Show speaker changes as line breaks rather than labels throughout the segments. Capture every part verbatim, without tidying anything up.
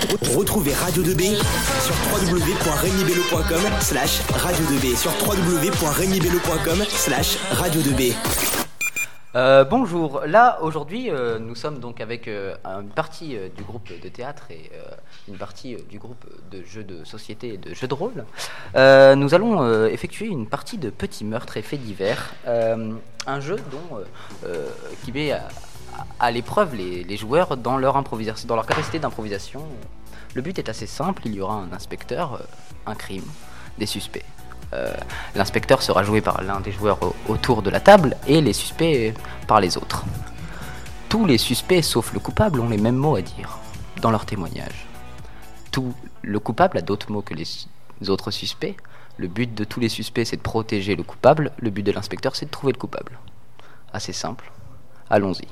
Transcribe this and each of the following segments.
Retrouvez Radio deux B sur w w w point rémi bello point com slash radio deux B sur w w w point rémi bello point com slash radio deux B.
Euh, bonjour, là aujourd'hui euh, nous sommes donc avec euh, une partie euh, du groupe de théâtre et euh, une partie euh, du groupe de jeux de société et de jeux de rôle. Euh, nous allons euh, effectuer une partie de petits meurtres et faits divers, euh, un jeu dont, euh, euh, qui met à, à l'épreuve les, les joueurs dans leur, improvisation, dans leur capacité d'improvisation. Le but est assez simple, il y aura un inspecteur, euh, un crime, des suspects. Euh, l'inspecteur sera joué par l'un des joueurs au- autour de la table et les suspects par les autres. Tous les suspects sauf le coupable ont les mêmes mots à dire dans leur témoignage. Tout le coupable a d'autres mots que les su- autres suspects. Le but de tous les suspects c'est de protéger le coupable. Le but de l'inspecteur c'est de trouver le coupable. Assez simple. Allons-y.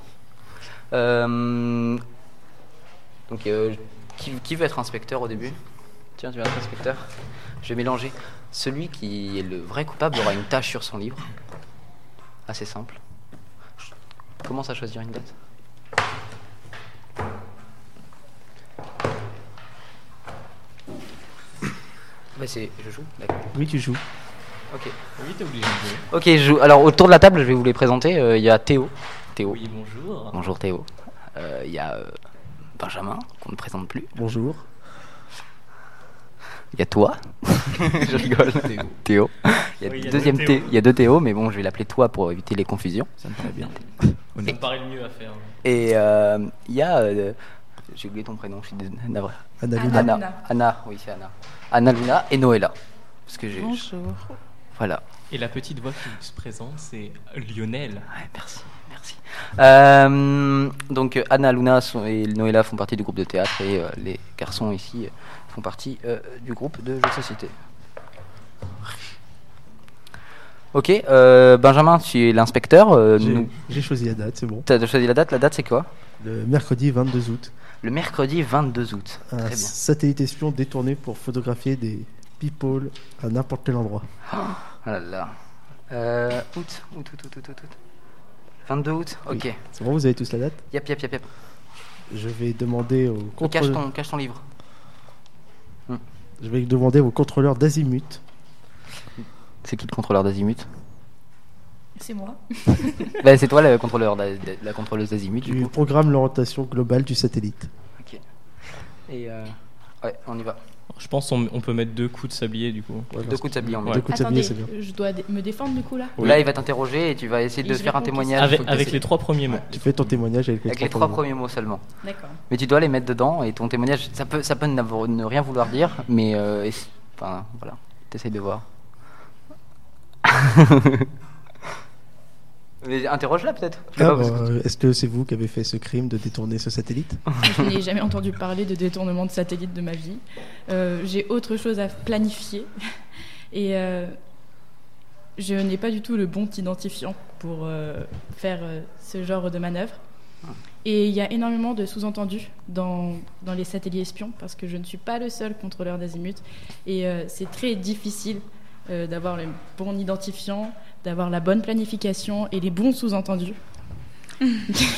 Euh, Donc euh, qui, qui veut être inspecteur au début ? Tiens, tu veux être inspecteur ? Je vais mélanger. Celui qui est le vrai coupable aura une tâche sur son livre. Assez simple. Je commence à choisir une date. Bah c'est... Je joue ? D'accord.
Oui, tu joues.
Ok.
Oui, t'es obligé de jouer.
Ok, je joue. Alors autour de la table, je vais vous les présenter. Euh, Il y a Théo. Théo.
Oui, bonjour.
Bonjour Théo. Euh, Il y a euh, Benjamin, qu'on ne présente plus.
Bonjour.
Il y a toi. Je rigole.
Théo.
Théo. Il y a
Oui, il y a
deuxième
deux
Théo.
Théo.
Il y a deux Théo, mais bon, je vais l'appeler toi pour éviter les confusions.
Ça me paraît bien.
Ça me paraît le mieux à faire.
Et euh, il y a... euh, j'ai oublié ton prénom, je suis dés- navré.
Anna
Anna.
Luna.
Anna.
Luna.
Anna, oui, c'est Anna. Anna Luna et Noëlla. Parce que j'ai...
Bonjour.
Voilà.
Et la petite voix qui se présente, c'est Lionel.
Ouais, merci, merci. Euh, donc euh, Anna, Luna sont- et Noëlla font partie du groupe de théâtre et euh, les garçons ici euh, font partie euh, du groupe de jeux de société. Ok, euh, Benjamin, tu es l'inspecteur. euh,
J'ai
nous...
j'ai choisi la date, c'est bon.
T'as choisi la date. La date, c'est quoi ?
Le mercredi vingt-deux août.
Le mercredi vingt-deux août.
Un
Très bien.
satellite espion détourné pour photographier des people à n'importe quel endroit.
Ah là là. Euh, août, août, août, août, août, août. vingt-deux août. Ok.
Oui. C'est bon, vous avez tous la date.
Yep, yep, yep, yep.
Je vais demander au
Cache
contrôleur.
ton, cache ton livre.
Je vais demander au contrôleur d'Azimut.
C'est qui le contrôleur d'Azimut ?
C'est moi.
Bah, c'est toi le contrôleur, d'a- d'a- la contrôleuse d'Azimut du
Du
coup.
programme l'orientation globale du satellite.
Ok. Et euh... ouais, on y va.
Je pense qu'on on peut mettre deux coups de sablier du coup.
Ouais,
Deux
parce
coups de sablier en
Ouais.
Deux coups de
Attendez,
sablier, c'est bien.
je dois dé- me défendre du coup là.
Oui.
Là, il va t'interroger et tu vas essayer
Et
de
je
faire un
réponds
témoignage.
Avec,
Faut que
avec
t'essaies-
les trois premiers mots.
Tu fais ton témoignage avec les
avec les
trois
trois
premiers
premiers mots seulement.
D'accord.
Mais tu dois les mettre dedans et ton témoignage, ça peut, ça peut n'avoir- ne rien vouloir dire, mais euh, et- enfin voilà, t'essayes de voir. Mais interroge-la peut-être. Je sais
Ah,
pas, parce
bah,
que-
Est-ce que c'est vous qui avez fait ce crime de détourner ce satellite?
Je n'ai jamais entendu parler de détournement de satellite de ma vie. Euh, J'ai autre chose à planifier. Et euh, je n'ai pas du tout le bon identifiant pour euh, faire euh, ce genre de manœuvre. Et il y a énormément de sous-entendus dans, dans les satellites espions, parce que je ne suis pas le seul contrôleur d'Azimut. Et euh, c'est très difficile euh, d'avoir le bon identifiant, d'avoir la bonne planification et les bons sous-entendus.
Elle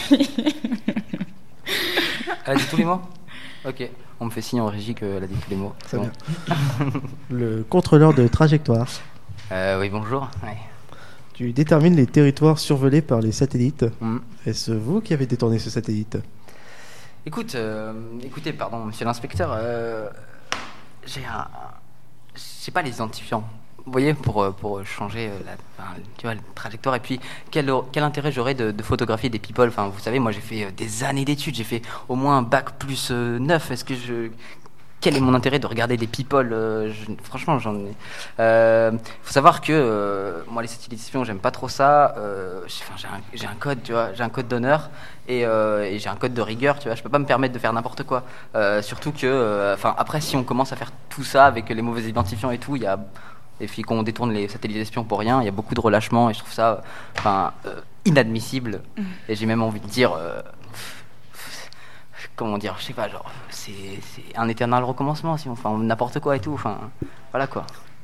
a dit tous les mots. Ok. On me fait signe en régie qu'elle a dit tous les mots.
Très
C'est bon.
bien. Le contrôleur de trajectoire.
Euh, oui, bonjour. Ouais.
Tu détermines les territoires survolés par les satellites.
Hmm.
Est-ce vous qui avez détourné ce satellite?
Écoute, euh, écoutez, pardon, monsieur l'inspecteur, euh, j'ai un, j'ai pas les identifiants. Vous voyez, pour, euh, pour changer euh, la, enfin, tu vois, la trajectoire. Et puis, quel, quel intérêt j'aurais de, de photographier des people? Enfin, vous savez, moi, j'ai fait euh, des années d'études. J'ai fait au moins un bac plus euh, neuf. Est-ce que je... Quel est mon intérêt de regarder des people? euh, je, Franchement, j'en ai... Euh, faut savoir que, euh, moi, les satellites espions, j'aime pas trop ça. Euh, j'ai, enfin, j'ai, un, j'ai un code, tu vois. J'ai un code d'honneur et, euh, et j'ai un code de rigueur, tu vois. Je peux pas me permettre de faire n'importe quoi. Euh, surtout que... Enfin, euh, après, si on commence à faire tout ça avec les mauvais identifiants et tout, il y a... Et puis qu'on détourne les satellites espions pour rien, il y a beaucoup de relâchement et je trouve ça enfin, euh, inadmissible. Mmh. Et j'ai même envie de dire, euh, comment dire, je sais pas, genre, c'est, c'est un éternel recommencement, si on fait n'importe quoi et tout, enfin, voilà quoi.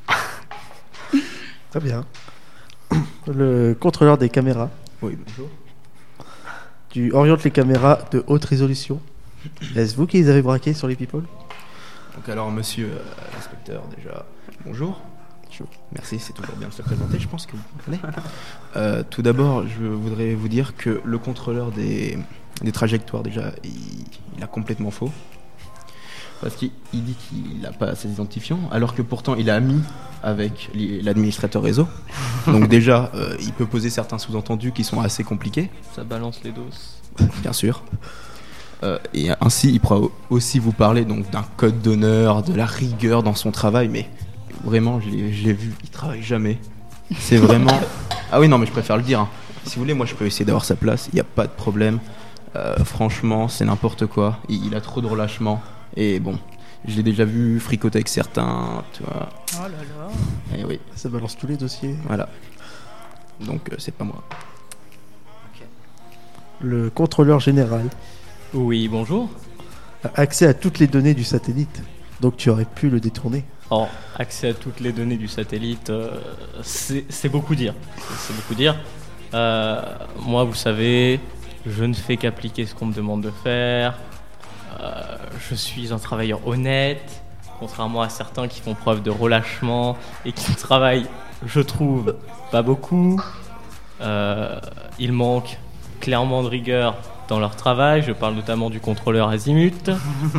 Très bien. Le contrôleur des caméras.
Oui, bonjour.
Tu orientes les caméras de haute résolution. Est-ce vous qui les avez braquées sur les people?
Donc alors, monsieur euh, l'inspecteur, déjà, bonjour. Merci, c'est toujours bien de se présenter, je pense que vous comprenez. Euh, tout d'abord, je voudrais vous dire que le contrôleur des, des trajectoires, déjà, il, il a complètement faux. Parce qu'il il dit qu'il n'a pas ses identifiants, alors que pourtant il est ami avec l'administrateur réseau. Donc déjà, euh, il peut poser certains sous-entendus qui sont assez compliqués.
Ça balance les doses.
Bien sûr. Euh, et ainsi, il pourra aussi vous parler donc d'un code d'honneur, de la rigueur dans son travail, mais vraiment, je l'ai, je l'ai vu, il travaille jamais. C'est vraiment... Ah oui, non, mais je préfère le dire. Hein. Si vous voulez, moi, je peux essayer d'avoir sa place, il n'y a pas de problème. Euh, franchement, c'est n'importe quoi. Il, il a trop de relâchement. Et bon, je l'ai déjà vu fricoter avec certains, tu vois.
Oh là là.
Et oui.
Ça balance tous les dossiers.
Voilà. Donc, euh, c'est pas moi.
Le contrôleur général
Oui, bonjour.
a accès à toutes les données du satellite. Donc tu aurais pu le détourner.
Oh, accès à toutes les données du satellite, euh, c'est, c'est beaucoup dire. C'est, c'est beaucoup dire. Euh, moi, vous savez, je ne fais qu'appliquer ce qu'on me demande de faire. Euh, je suis un travailleur honnête, contrairement à certains qui font preuve de relâchement et qui travaillent, je trouve, pas beaucoup. Euh, il manque clairement de rigueur dans leur travail. Je parle notamment du contrôleur Azimut.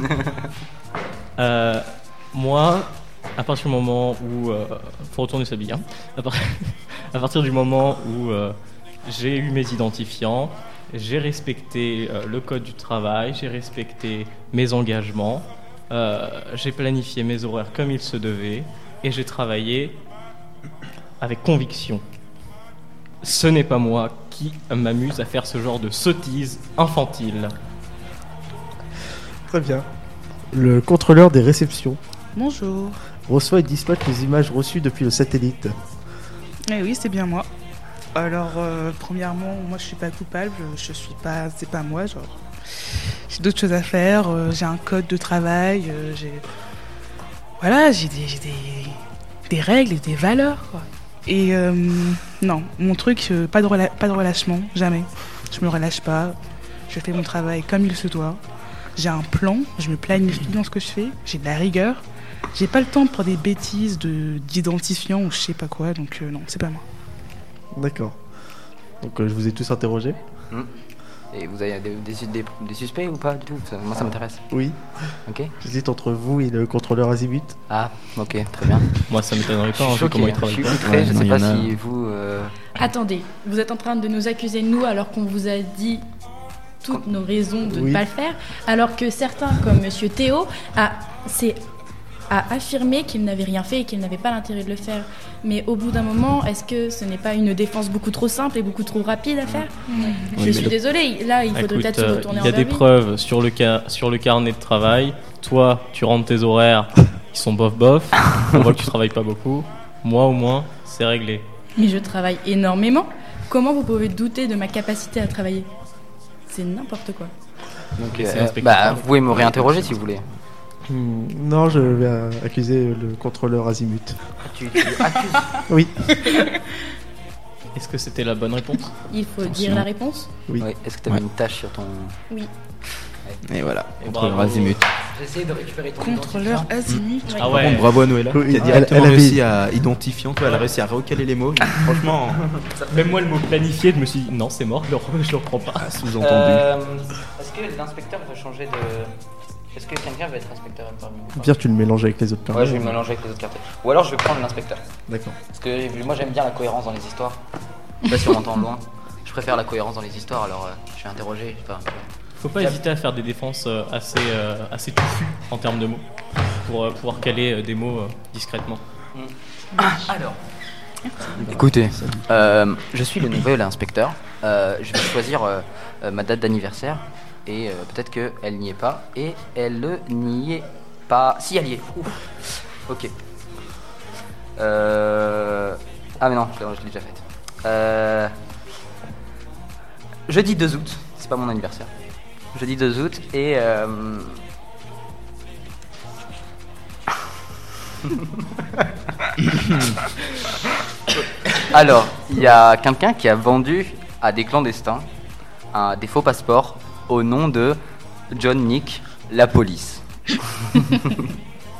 euh, moi, à partir du moment où... Euh, faut retourner s'habiller. Hein, à, par- à partir du moment où euh, j'ai eu mes identifiants, j'ai respecté euh, le code du travail, j'ai respecté mes engagements, euh, j'ai planifié mes horaires comme il se devait et j'ai travaillé avec conviction. Ce n'est pas moi qui m'amuse à faire ce genre de sottise infantile.
Très bien. Le contrôleur des réceptions
Bonjour.
reçoit et dispatche les images reçues depuis le satellite.
Eh oui, c'est bien moi. Alors, euh, premièrement, moi je suis pas coupable, je suis pas, c'est pas moi, genre. J'ai d'autres choses à faire, euh, j'ai un code de travail, euh, j'ai. Voilà, j'ai des, j'ai des, des règles et des valeurs, quoi. Et euh, non, mon truc, euh, pas, de rela- pas de relâchement, jamais. Je me relâche pas, je fais mon travail comme il se doit. J'ai un plan, je me planifie dans ce que je fais, j'ai de la rigueur. J'ai pas le temps pour des bêtises de, d'identifiants ou je sais pas quoi, donc euh, non, c'est pas moi.
D'accord. Donc euh, je vous ai tous interrogés.
Hmm. Et vous avez des, des, des, des suspects ou pas du tout? Ça- Moi ça m'intéresse.
Oui.
Ok.
J'hésite entre vous et le contrôleur Azimut.
Ah, ok, très bien.
Moi, ça m'étonnerait pas,
Je
hein,
suis
vu comment il
choqué, je
travaille
suis
pas.
outré, je
Ouais,
sais
il y
pas
en a-
si vous... euh,
Attendez, vous êtes en train de nous accuser, nous, alors qu'on vous a dit toutes nos raisons de
Oui.
ne pas le faire, alors que certains, comme Monsieur Théo, a, c'est, a affirmé qu'il n'avait rien fait et qu'il n'avait pas l'intérêt de le faire. Mais au bout d'un moment, est-ce que ce n'est pas une défense beaucoup trop simple et beaucoup trop rapide à faire? Je
mais
suis
le-
désolée, là, il faudrait
Écoute,
peut-être se
euh,
retourner
il y a
envers
des
lui.
preuves sur le, ca- sur le carnet de travail. Toi, tu rentres tes horaires qui sont bof-bof. On voit que tu travailles pas beaucoup. Moi, au moins, c'est réglé.
Mais je travaille énormément. Comment vous pouvez douter de ma capacité à travailler? C'est n'importe quoi.
Donc,
Et c'est
euh,
l'inspecteur.
bah, vous pouvez me réinterroger si vous voulez.
Hmm, non, je vais euh, accuser le contrôleur Azimut.
Tu, tu accuses.
Oui.
Est-ce que c'était la bonne réponse?
Il faut
Attention.
dire la réponse.
Oui.
Oui. Est-ce que tu avais
Ouais.
une tâche sur ton...
Oui.
Et voilà,
Et
contrôleur
bravo.
Azimut.
J'ai essayé de récupérer ton
Contrôleur Azimut.
Ouais.
Ah
Par
ouais.
contre, bravo à Noëlla,
Oui,
qui a
elle-
directement
elle avait-
réussi à identifier, toi, elle a réussi à recaler les mots. Franchement,
Même moi, le mot planifié, je me suis dit non, c'est mort, je le, re- je le reprends pas.
ah, sous-entendu.
Euh, Est-ce que l'inspecteur veut changer de... Est-ce que quelqu'un veut être inspecteur parmi nous?
Bien, tu le mélanges avec les autres
Ouais,
carnets.
je vais me mélanger avec les autres cartes. Ou alors je vais prendre l'inspecteur.
D'accord.
Parce que moi j'aime bien la cohérence dans les histoires. Je sais pas si on m'entend de loin. Je préfère la cohérence dans les histoires, alors euh, je suis interrogé. Enfin,
Faut pas hésiter à faire des défenses euh, assez, euh, assez touffues en termes de mots pour euh, pouvoir caler euh, des mots euh, discrètement.
alors. Écoutez, euh, je suis le nouvel inspecteur. Euh, je vais choisir euh, euh, ma date d'anniversaire. Et euh, peut-être qu'elle n'y est pas. Et elle n'y est pas. Si, elle y est. Ouf. Ok. Euh... Ah, mais non, je l'ai je l'ai déjà faite. Euh... Jeudi deux août. C'est pas mon anniversaire. Jeudi deux août. Et. Euh... Alors, il y a quelqu'un qui a vendu à des clandestins un, des faux passeports au nom de John Nick, la police.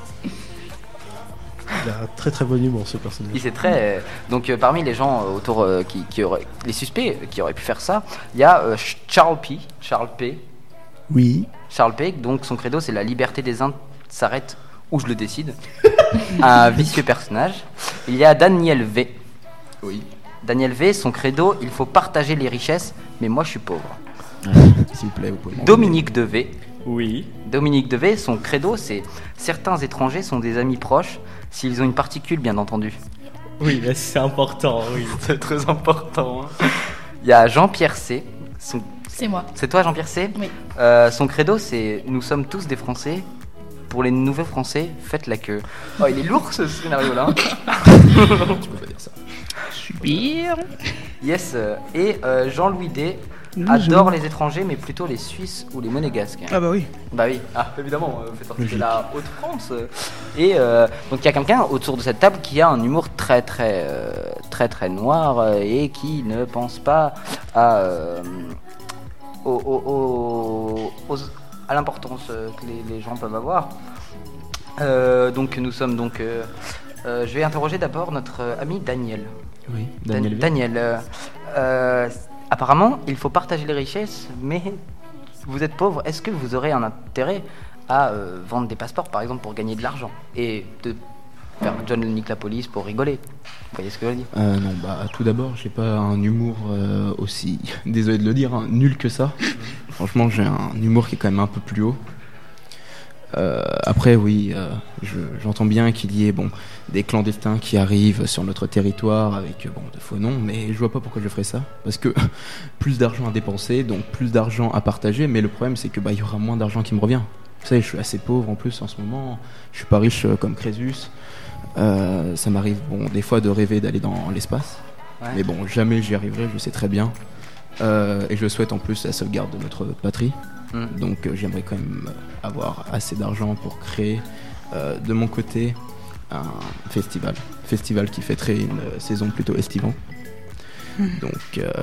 Il a un très très bon humour, ce personnage.
Il sait très. Donc euh, parmi les gens euh, autour euh, qui, qui auraient, les suspects qui auraient pu faire ça, il y a euh, Charles P. Charles P.
Oui.
Charles P. Donc son credo c'est la liberté des uns s'arrête où je le décide. Un vicieux personnage. Il y a Daniel V.
Oui.
Daniel V. Son credo il faut partager les richesses, mais moi je suis pauvre.
S'il vous plaît, vous pouvez.
Dominique de V.
Oui.
Dominique de V. Son credo c'est certains étrangers sont des amis proches s'ils ont une particule bien entendu.
Oui, mais c'est important, oui.
C'est très important. Hein. Il y a Jean-Pierre C. Son...
C'est moi.
C'est toi Jean-Pierre C.
Oui.
Euh, son credo c'est nous sommes tous des Français. Pour les nouveaux Français, faites la queue. Oh, il est lourd ce scénario-là.
Tu peux pas dire ça.
Super.
Yes. euh, Et euh, Jean-Louis D.
Mmh,
adore
je-
les étrangers, mais plutôt les Suisses ou les Monégasques.
Ah bah oui.
Bah oui, ah, évidemment, euh, vous faites partie de la Haute-France. euh. Et euh, donc il y a quelqu'un autour de cette table qui a un humour très très euh, très très noir euh, et qui ne pense pas à euh, au- au- au- aux- à l'importance euh, que les, les gens peuvent avoir. Euh, donc nous sommes donc. euh, euh, je vais interroger d'abord notre euh, ami Daniel.
Oui,
Dan-
Daniel. V.
Daniel, euh, euh, apparemment, il faut partager les richesses, mais vous êtes pauvre. Est-ce que vous aurez un intérêt à euh, vendre des passeports, par exemple, pour gagner de l'argent et de faire John nique la police pour rigoler? Vous voyez ce que je veux dire?
Euh, non, bah tout d'abord, j'ai pas un humour euh, aussi, désolé de le dire, hein, nul que ça. Franchement, j'ai un humour qui est quand même un peu plus haut. Euh, après, oui, euh, je- j'entends bien qu'il y ait bon, des clandestins qui arrivent sur notre territoire avec euh, bon, de faux noms, mais je vois pas pourquoi je ferais ça. Parce que plus d'argent à dépenser, donc plus d'argent à partager, mais le problème c'est que bah, il y aura moins d'argent qui me revient. Vous savez, je suis assez pauvre en plus en ce moment, je suis pas riche euh, comme Crésus. Euh, ça m'arrive bon, des fois de rêver d'aller dans l'espace,
Ouais.
mais bon, jamais j'y arriverai, je sais très bien. Euh, et je souhaite en plus la sauvegarde de notre patrie.
Mm.
Donc euh, j'aimerais quand même avoir assez d'argent pour créer euh, de mon côté un festival. Festival qui fêterait une euh, saison plutôt estivante. Donc euh,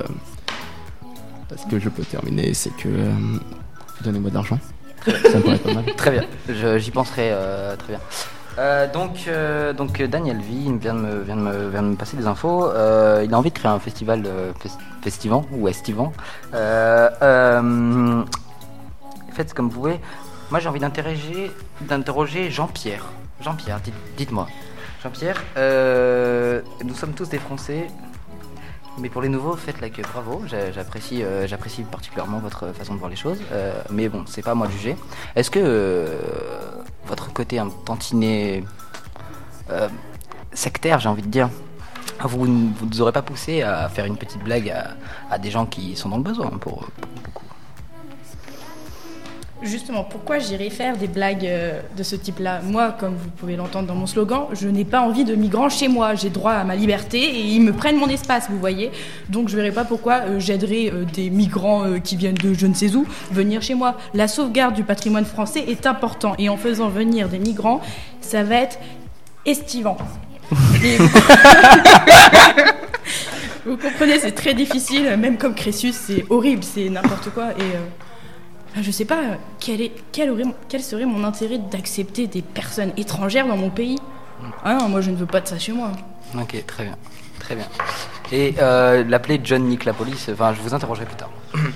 ce que je peux terminer, c'est que euh, donnez-moi de l'argent. Ça me paraît pas mal.
Très bien, Je- j'y penserai euh, très bien. Euh, donc, euh, donc euh, Daniel V il vient de me, vient de me, vient de me passer des infos. Euh, il a envie de créer un festival euh, fes- festivant ou estivant. Euh, euh, faites comme vous pouvez. Moi j'ai envie d'interroger, d'interroger Jean-Pierre. Jean-Pierre, dites, dites-moi. Jean-Pierre, euh, nous sommes tous des Français. Mais pour les nouveaux, faites la queue, bravo, J'a- j'apprécie, euh, j'apprécie particulièrement votre façon de voir les choses, euh, mais bon, c'est pas à moi de juger. Est-ce que euh, votre côté un tantinet euh, sectaire, j'ai envie de dire, vous ne vous aurez pas poussé à faire une petite blague à, à des gens qui sont dans le besoin pour, pour beaucoup?
Justement, pourquoi j'irais faire des blagues euh, de ce type-là? Moi, comme vous pouvez l'entendre dans mon slogan, je n'ai pas envie de migrants chez moi. J'ai droit à ma liberté et ils me prennent mon espace, vous voyez. Donc je ne verrai pas pourquoi euh, j'aiderais euh, des migrants euh, qui viennent de je ne sais où venir chez moi. La sauvegarde du patrimoine français est important et en faisant venir des migrants, ça va être estivant. Et vous... vous comprenez, c'est très difficile, même comme Crésus, c'est horrible, c'est n'importe quoi et... euh, Je sais pas, quel, est, quel, aurait, quel serait mon intérêt d'accepter des personnes étrangères dans mon pays? Ah non, moi je ne veux pas de ça chez moi.
Ok, très bien, très bien. Et euh, l'appeler John nique la police, enfin je vous interrogerai plus tard.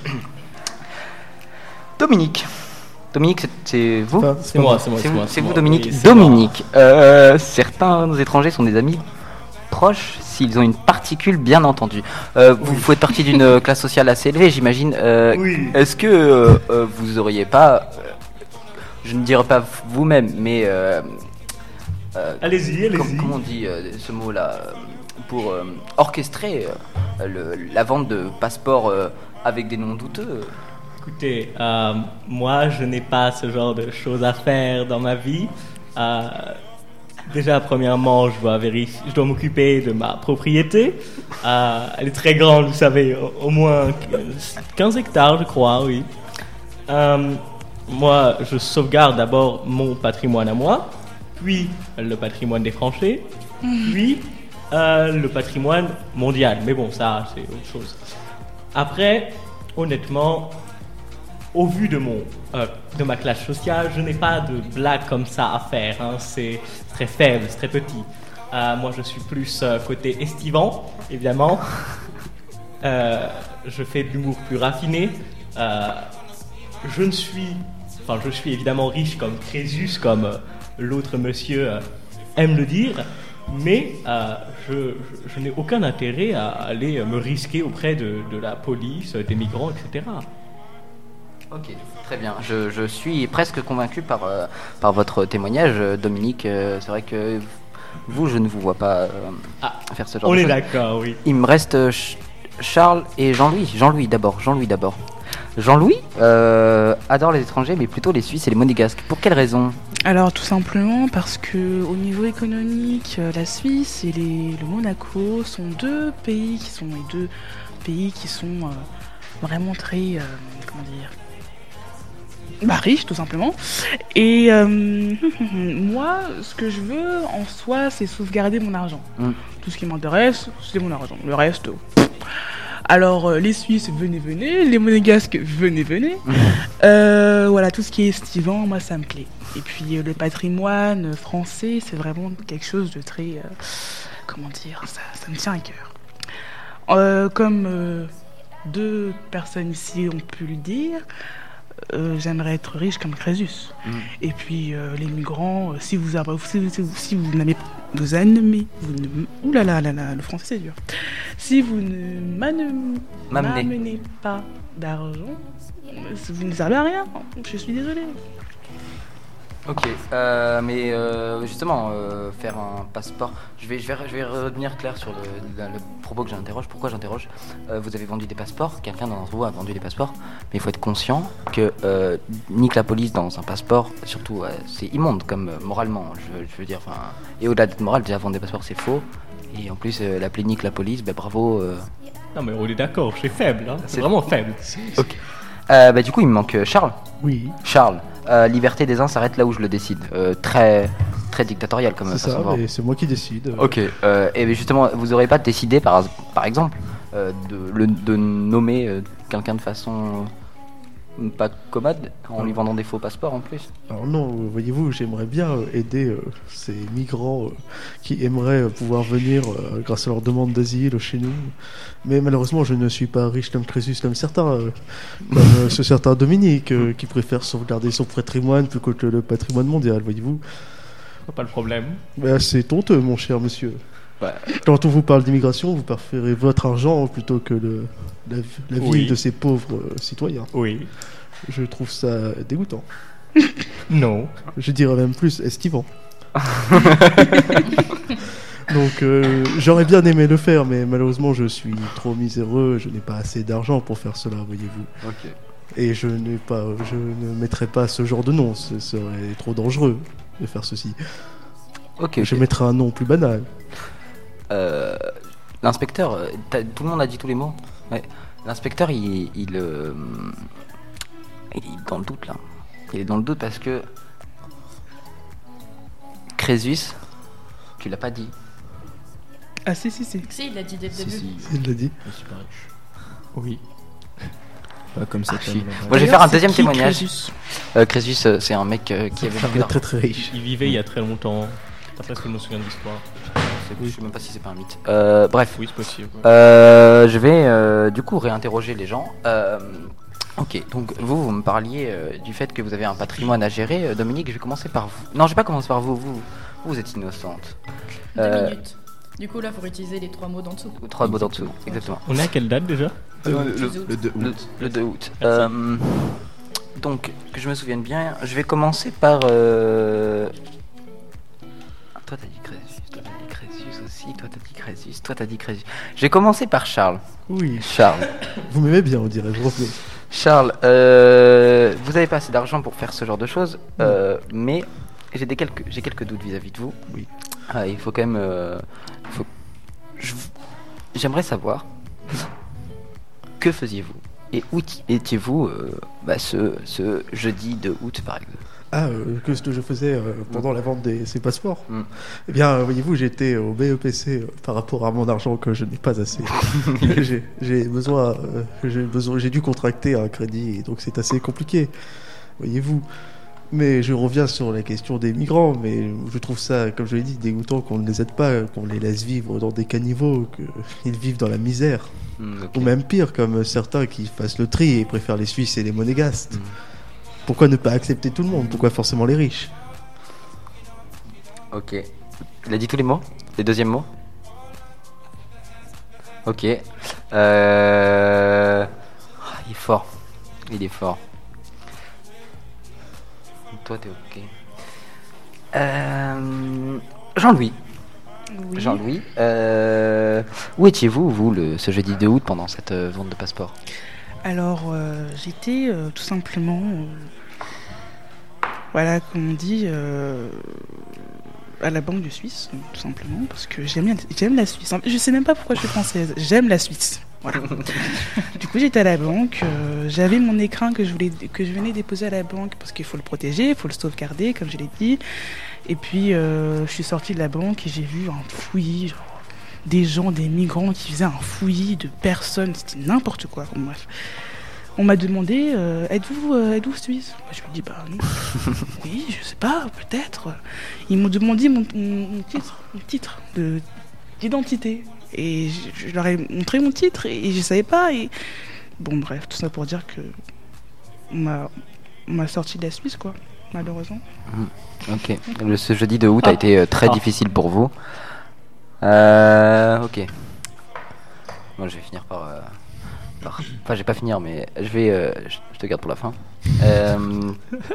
Dominique. Dominique, c'est- c'est vous?
Enfin,
C'est moi, c'est moi,
C'est
c'est
vous,
moi.
c'est vous,
moi.
Dominique.
Oui, c'est
Dominique, euh, certains étrangers sont des amis proches s'ils ont une particule, bien entendu. Euh, vous faites partie d'une euh, classe sociale assez élevée, j'imagine. Euh,
Oui.
Est-ce que euh, euh, vous auriez pas, euh, je ne dirais pas vous-même, mais euh, euh,
Allez-y,
com-
allez-y.
comment on dit euh, ce mot-là, euh, pour euh, orchestrer euh, le- la vente de passeports euh, avec des noms douteux?
Écoutez, euh, moi, je n'ai pas ce genre de choses à faire dans ma vie. Euh, déjà, premièrement, je dois vérifier, je dois m'occuper de ma propriété. Euh, elle est très grande, vous savez, au, au moins quinze hectares, je crois, oui. Euh, moi, je sauvegarde d'abord mon patrimoine à moi, puis le patrimoine des Français, puis euh, le patrimoine mondial. Mais bon, ça, c'est autre chose. Après, honnêtement, au vu de, mon, euh, de ma classe sociale, je n'ai pas de blagues comme ça à faire. Hein. C'est très faible, c'est très petit. Euh, moi, je suis plus euh, côté estivant, évidemment. Euh, je fais de l'humour plus raffiné. Euh, je ne suis... Enfin, je suis évidemment riche comme Crésus, comme euh, l'autre monsieur euh, aime le dire. Mais euh, je, je, je n'ai aucun intérêt à aller me risquer auprès de, de la police, des migrants, et cetera.
Ok, très bien. Je, je suis presque convaincu par, euh, par votre témoignage, Dominique. Euh, c'est vrai que vous, je ne vous vois pas euh,
ah,
faire ce genre
on
de
est
choses.
d'accord, oui.
Il me reste euh, Ch- Charles et Jean-Louis. Jean-Louis d'abord. Jean-Louis d'abord. Jean-Louis euh, adore les étrangers, mais plutôt les Suisses et les Monégasques. Pour quelle raison ?
Alors tout simplement parce que au niveau économique, euh, la Suisse et les, le Monaco sont deux pays qui sont les deux pays qui sont euh, vraiment très euh, comment dire bah, riches tout simplement. Et euh, moi, ce que je veux en soi, c'est sauvegarder mon argent. Mm. Tout ce qui m'intéresse, c'est mon argent. Le reste. Pff. Alors, euh, les Suisses, venez, venez. Les Monégasques, venez, venez. Euh, voilà, tout ce qui est estivant, moi, ça me plaît. Et puis, euh, le patrimoine français, c'est vraiment quelque chose de très... Euh, comment dire, ça, ça me tient à cœur. Euh, comme euh, deux personnes ici ont pu le dire, euh, j'aimerais être riche comme Crésus. Mm. Et puis, euh, les migrants, euh, si vous, si vous, si vous, si vous n'avez vous animez, vous ne... Ouh là là là là, le français c'est dur. Si vous ne m'ane... m'amenez pas d'argent, vous ne servez à rien. Je suis désolée.
Ok, euh, mais euh, justement, euh, faire un passeport, je vais, je vais, je vais revenir clair sur le, le, le propos que j'interroge. Pourquoi j'interroge ? euh, Vous avez vendu des passeports, quelqu'un d'entre vous a vendu des passeports, mais il faut être conscient que euh, nique la police dans un passeport, surtout, euh, c'est immonde comme euh, moralement, je, je veux dire. Et au-delà d'être moral, déjà vendre des passeports c'est faux, et en plus euh, l'appeler nique la police, bah bravo. Euh...
Non mais on est d'accord, c'est faible, hein. c'est, c'est vraiment faible.
Ok. Euh, bah, du coup, il me manque Charles.
Oui.
Charles. Euh, liberté des uns s'arrête là où je le décide. Euh, très, très dictatorial comme
c'est
façon
ça, mais c'est moi qui décide.
Ok. Euh, et justement, vous n'aurez pas décidé, par, par exemple, euh, de, le, de nommer euh, quelqu'un de façon euh, pas commode en lui vendant des faux passeports en plus ?
Alors non, voyez-vous, j'aimerais bien aider euh, ces migrants euh, qui aimeraient euh, pouvoir venir euh, grâce à leur demande d'asile chez nous. Mais malheureusement, je ne suis pas riche comme Crésus, comme certains, euh, comme euh, ce certain Dominique, euh, qui préfère sauvegarder son patrimoine plutôt que le patrimoine mondial, voyez-vous.
Pas le problème.
Ben, c'est honteux, mon cher monsieur.
Ouais.
Quand on vous parle d'immigration, vous préférez votre argent plutôt que le, la, la vie
oui.
de ces pauvres euh, citoyens.
Oui.
Je trouve ça dégoûtant.
Non.
Je dirais même plus estivant. Donc euh, j'aurais bien aimé le faire, mais malheureusement je suis trop miséreux, je n'ai pas assez d'argent pour faire cela, voyez-vous.
Ok.
Et je n'ai pas, je ne mettrai pas ce genre de nom, ce serait trop dangereux de faire ceci.
Ok.
Je
okay.
mettrai un nom plus banal.
Euh, l'inspecteur, tout le monde a dit tous les mots. Ouais. L'inspecteur, il, il, euh, il est dans le doute là. Il est dans le doute parce que Crésus, tu l'as pas dit.
Ah si si si.
Si, il l'a dit dès le
Si,
début.
si.
Il l'a dit.
Je suis pas riche.
Oui.
Pas comme ça.
Ah, moi je vais faire un deuxième témoignage. Crésus, euh, Crésus euh, c'est un mec euh, qui avait
un très très riche.
Il vivait il y a très longtemps. D'après ce que je me souviens de l'histoire.
Oui. Je sais même pas si c'est pas un mythe. Euh, bref.
Oui, c'est possible.
Euh, je vais euh, du coup réinterroger les gens. Euh, ok, donc vous, vous me parliez euh, du fait que vous avez un patrimoine à gérer. Dominique, je vais commencer par vous. Non, je vais pas commencer par vous. Vous, vous êtes innocente.
Deux
Euh,
minutes. Du coup, là, il faut utiliser les trois mots d'en dessous.
Trois mots d'en dessous, exactement.
On est à quelle date déjà ?
Le,
Le,
le-
le deux
le-
août.
le deux août. Euh, donc, que je me souvienne bien, je vais commencer par. Euh... Toi, t'as dit Crésus, toi, t'as dit Crésus aussi, toi, t'as dit Crésus, toi, t'as dit Crésus. Je vais commencer par Charles.
Oui.
Charles.
Vous m'aimez bien, on dirait. Je revenais.
Charles, euh, vous avez pas assez d'argent pour faire ce genre de choses, euh, mais j'ai des quelques, j'ai quelques doutes vis-à-vis de vous.
Oui.
Ah, il faut quand même. Euh, faut- je- J'aimerais savoir que faisiez-vous et où étiez-vous euh, bah, ce, ce jeudi de août par exemple.
Ah, euh, que ce que je faisais euh, pendant la vente de ces passeports.
Mm.
Eh bien, euh, voyez-vous, j'étais au B E P C euh, par rapport à mon argent que je n'ai pas assez. j'ai, j'ai besoin, euh, j'ai besoin, j'ai dû contracter un crédit, et donc c'est assez compliqué, voyez-vous. Mais je reviens sur la question des migrants, mais je trouve ça, comme je l'ai dit, dégoûtant qu'on ne les aide pas, qu'on les laisse vivre dans des caniveaux, qu'ils vivent dans la misère.
Mm, ok.
Ou même pire, comme certains qui fassent le tri et préfèrent les Suisses et les monégasques.
Mm.
Pourquoi ne pas accepter tout le monde? Pourquoi forcément les riches?
Ok. Il a dit tous les mots? Les deuxièmes mots? Ok. Euh... ah, il est fort. Il est fort. Toi, t'es ok. Euh... Jean-Louis.
Oui.
Jean-Louis. Euh... Où étiez-vous, vous, le, ce jeudi deux août, pendant cette euh, vente de passeport?
Alors, euh, j'étais euh, tout simplement, euh, voilà, comme on dit, euh, à la Banque de Suisse, tout simplement, parce que j'aime, bien- j'aime la Suisse. Je sais même pas pourquoi je suis française, j'aime la Suisse. Voilà. Du coup, j'étais à la banque, euh, j'avais mon écrin que je, voulais, que je venais déposer à la banque, parce qu'il faut le protéger, il faut le sauvegarder, comme je l'ai dit. Et puis, euh, je suis sortie de la banque et j'ai vu un fouillis, genre, des gens, des migrants qui faisaient un fouillis de personnes, c'était n'importe quoi. Bon, bref. On m'a demandé, euh, êtes-vous euh, êtes-vous suisse? Moi, je lui ai dit, bah non. Oui, je sais pas, peut-être. Ils m'ont demandé mon, mon- mon titre, mon titre de, d'identité. Et je, je leur ai montré mon titre et, et je savais pas. Et... Bon, bref, tout ça pour dire que on m'a, on m'a sorti de la Suisse, quoi, malheureusement.
Ok. Le, ce jeudi deux août a
Ah.
été euh, très
Ah.
difficile pour vous. Euh... Ok. Moi, je vais finir par... euh, par- Enfin, je vais pas finir, mais je vais... euh, je, je te garde pour la fin. Euh...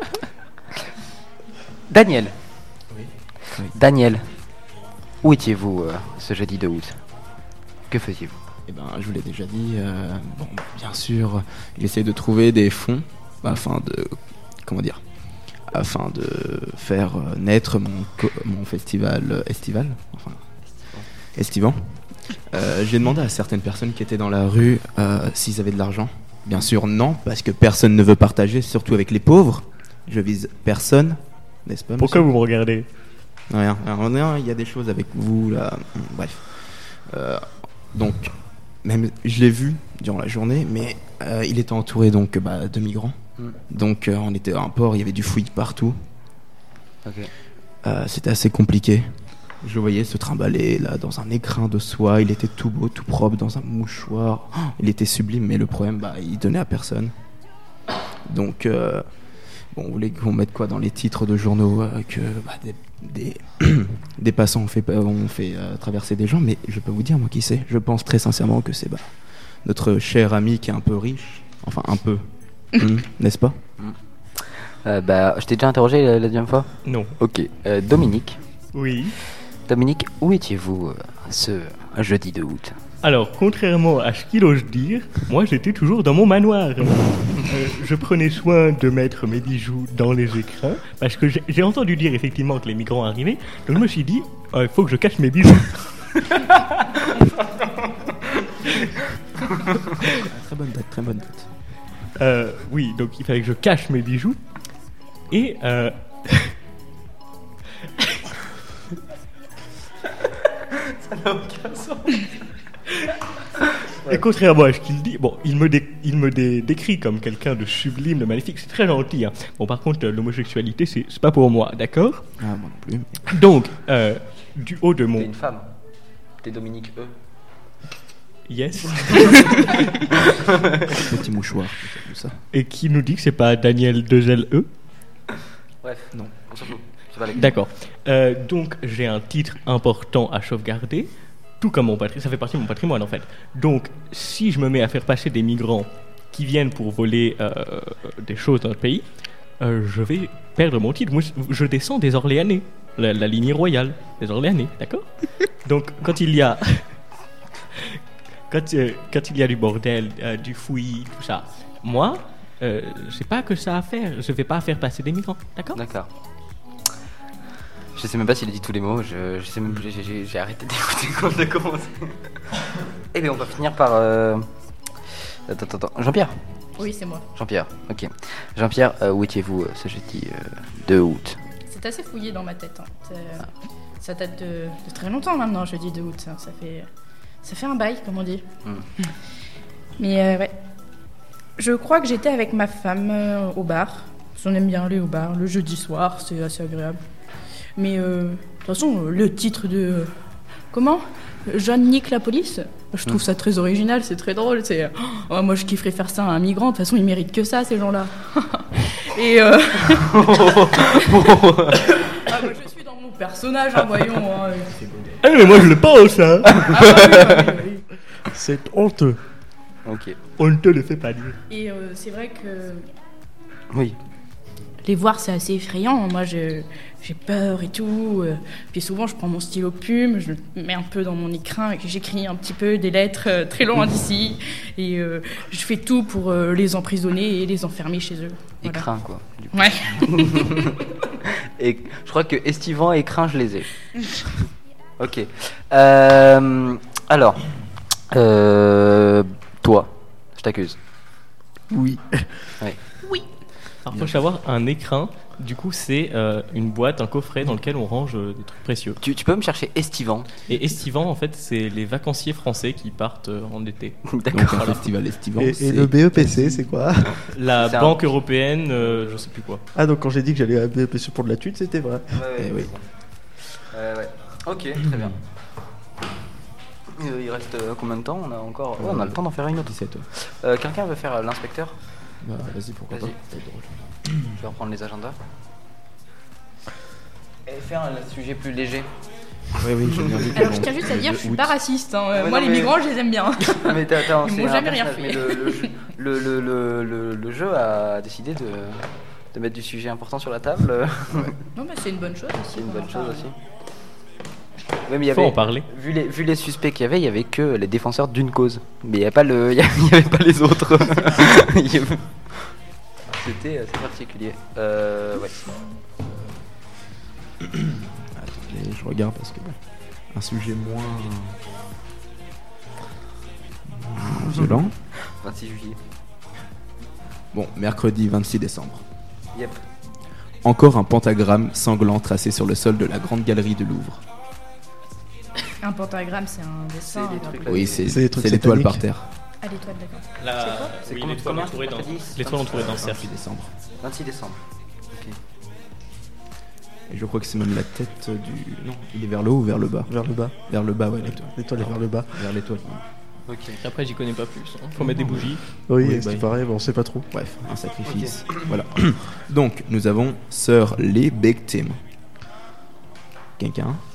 Daniel.
Oui.
Daniel. Où étiez-vous euh, ce jeudi deux août? Que faisiez-vous?
Eh ben, je vous l'ai déjà dit. euh, bon, bien sûr, il essaye de trouver des fonds afin de, comment dire, afin de faire euh, naître mon, co- mon festival euh, estival, enfin, estivant. Euh, J'ai demandé à certaines personnes qui étaient dans la rue euh, s'ils avaient de l'argent. Bien sûr, non, parce que personne ne veut partager, surtout avec les pauvres. Je vise personne, n'est-ce pas,
Pourquoi
monsieur
vous me regardez?
Rien, rien, rien, il y a des choses avec vous là. Bref. Euh, donc, même je l'ai vu durant la journée, mais euh, il était entouré donc bah, de migrants.
Mm.
Donc, euh, on était à un port, il y avait du fouillis partout.
Ok.
Euh, C'était assez compliqué. Je le voyais se trimballer là dans un écrin de soie. Il était tout beau, tout propre, dans un mouchoir. Oh, il était sublime, mais le problème, bah, il donnait à personne. Donc, euh, bon, vous voulez qu'on mette quoi dans les titres de journaux euh, que bah, des, des, des passants ont fait, ont fait euh, traverser des gens, mais je peux vous dire, moi qui sais, je pense très sincèrement que c'est bah, notre cher ami qui est un peu riche, enfin un peu, hmm, n'est-ce pas?
Euh, bah, je t'ai déjà interrogé la, la deuxième fois?
Non.
Ok. Euh, Dominique.
Oui.
Dominique, où étiez-vous euh, ce jeudi deux août?
Alors, contrairement à ce qu'il ose dire, moi j'étais toujours dans mon manoir. Euh, je prenais soin de mettre mes bijoux dans les écrins, parce que j'ai j'ai entendu dire effectivement que les migrants arrivaient, donc je me suis dit, il faut que je cache mes bijoux.
Très bonne date, très bonne date.
Euh, oui, donc il fallait que je cache mes bijoux. Et euh... ça n'a aucun sens. Et contrairement à ce qu'il dit, bon, il me, dé- il me dé- décrit comme quelqu'un de sublime, de magnifique, c'est très gentil. Hein. Bon, par contre, euh, l'homosexualité, c'est c'est pas pour moi, d'accord?
Ah, moi non plus.
Donc, euh, du haut de
T'es
mon...
une femme. T'es Dominique E.
Yes.
Petit mouchoir, tout ça.
Et qui nous dit que c'est pas Daniel deux L E.
Bref,
Non.
on s'en fout. C'est pas la question.
D'accord. Euh, donc j'ai un titre important à sauvegarder, tout comme mon patrimoine. Ça fait partie de mon patrimoine en fait. Donc si je me mets à faire passer des migrants qui viennent pour voler euh, des choses dans notre pays, euh, je vais perdre mon titre. Moi, je descends des Orléanais, la, la lignée royale des Orléanais, d'accord? Donc quand il y a quand, euh, quand il y a du bordel, euh, du fouillis, tout ça, moi, euh, c'est pas que ça à faire. Je vais pas faire passer des migrants, d'accord?
D'accord. Je sais même pas s'il a dit tous les mots, je, je sais même plus, j'ai- j'ai j'ai arrêté d'écouter quand on a commencé. Et bien on va finir par... Euh... Attends, attends, attends. Jean-Pierre,
Oui, c'est moi.
Jean-Pierre, ok. Jean-Pierre, euh, où étiez-vous euh, ce jeudi euh, deux août?
C'est assez fouillé dans ma tête. Hein. C'est, euh, ça date de, de très longtemps maintenant, jeudi deux août. Hein. Ça fait, ça fait un bail, comme on dit.
Mm.
Mais euh, ouais. Je crois que j'étais avec ma femme euh, au bar. On aime bien aller au bar le jeudi soir, c'est assez agréable. Mais euh, de toute façon, euh, le titre de... Euh, comment John nique la police. Je trouve ça très original, c'est très drôle. C'est, oh, moi, je kifferais faire ça à un migrant. De toute façon, ils méritent que ça, ces gens-là. Et euh... ah, moi, je suis dans mon personnage, hein, voyons. Hein.
Ah, mais moi, je le pense, hein.
Ah, bah, oui, bah, oui, bah, oui.
C'est honteux.
Ok.
On ne te le fait pas dire.
Et euh, c'est vrai que
Oui.
les voir, c'est assez effrayant. Moi, je, j'ai peur et tout. Euh, Puis souvent, je prends mon stylo plume, je le mets un peu dans mon écrin et que j'écris un petit peu des lettres euh, très loin d'ici. Et euh, je fais tout pour euh, les emprisonner et les enfermer chez eux.
Et
Voilà.
craint, quoi. du coup.
Ouais.
Et je crois que Estivant et Crin, je les ai. Ok. Euh, alors, euh, toi, je t'accuse.
Oui.
Alors, faut savoir, un écrin, du coup, c'est euh, une boîte, un coffret dans lequel on range euh, des trucs précieux.
Tu, tu peux me chercher Estivant?
Et estivant, en fait, c'est les vacanciers français qui partent euh, en été.
Donc un
D'accord.
festival estivant.
Et,
c'est-
et le B E P C, c'est quoi?
La
C'est un-
Banque européenne, euh, je sais plus quoi.
Ah, donc quand j'ai dit que j'allais à B E P C pour de la thune, c'était vrai.
Ouais,
Eh oui.
Euh, ouais. Ok, très bien. Euh, il reste euh, combien de temps? On a encore. Ouais, on a le temps d'en faire une autre.
dix-sept, ouais.
Euh, Quelqu'un veut faire euh, l'inspecteur?
Bah, vas-y, pourquoi
Vas-y.
pas. Ça va être drôle.
Je vais reprendre les agendas. Et faire un sujet plus léger.
Oui, oui, j'ai bien vu. que
Alors,
bon,
je tiens juste à
le
dire,
deux
je suis
août-
pas raciste. Hein. Euh,
Ouais,
moi,
non,
les
mais-
migrants, je les aime bien.
Mais t'as, t'as,
Ils
c'est
m'ont
un
jamais rien
personnage,
fait.
mais Le, le, jeu- le, le, le, le, le jeu a décidé de, de mettre du sujet important sur la table.
Non, mais c'est une bonne chose aussi.
C'est une
qu'on
bonne
en
chose
parle.
aussi. Ouais, mais il y
Faut
avait,
en parler.
vu les, vu les suspects qu'il y avait, il y avait que les défenseurs d'une cause. Mais il n'y avait pas le, il y avait, il y avait pas les autres. Il y avait- C'était assez particulier. Euh, ouais.
Attendez, je regarde parce que bon, un sujet moins moins violent.
vingt-six juillet.
Bon, mercredi vingt-six décembre.
Yep.
Encore un pentagramme sanglant tracé sur le sol de la grande galerie de Louvre.
Un pentagramme, c'est un dessin.
C'est des
un
trucs
peu-
Oui, c'est
C'est des trucs
c'est l'étoile
sataniques.
par terre.
Ah, l'étoile, d'accord.
La...
C'est
oui,
comment-
l'étoile
comment
entourée
tu
d'un...
t'as dit
L'étoile entourée d'un cercle.
vingt-huit décembre.
vingt-six décembre. Ok.
Et je crois que c'est même la tête du. Non, il est vers le haut ou vers le bas?
Vers le bas.
Vers le bas, ouais, l'étoile.
L'étoile est vers le bas.
Vers l'étoile.
Ok.
Après, j'y connais pas plus. Hein. Faut mettre des bougies.
Oui,
Oui,
et ce qui
bah,
paraît, bon, on sait pas trop.
Bref, un sacrifice. Voilà. Donc, nous avons Sir Lee Bectim. Quelqu'un?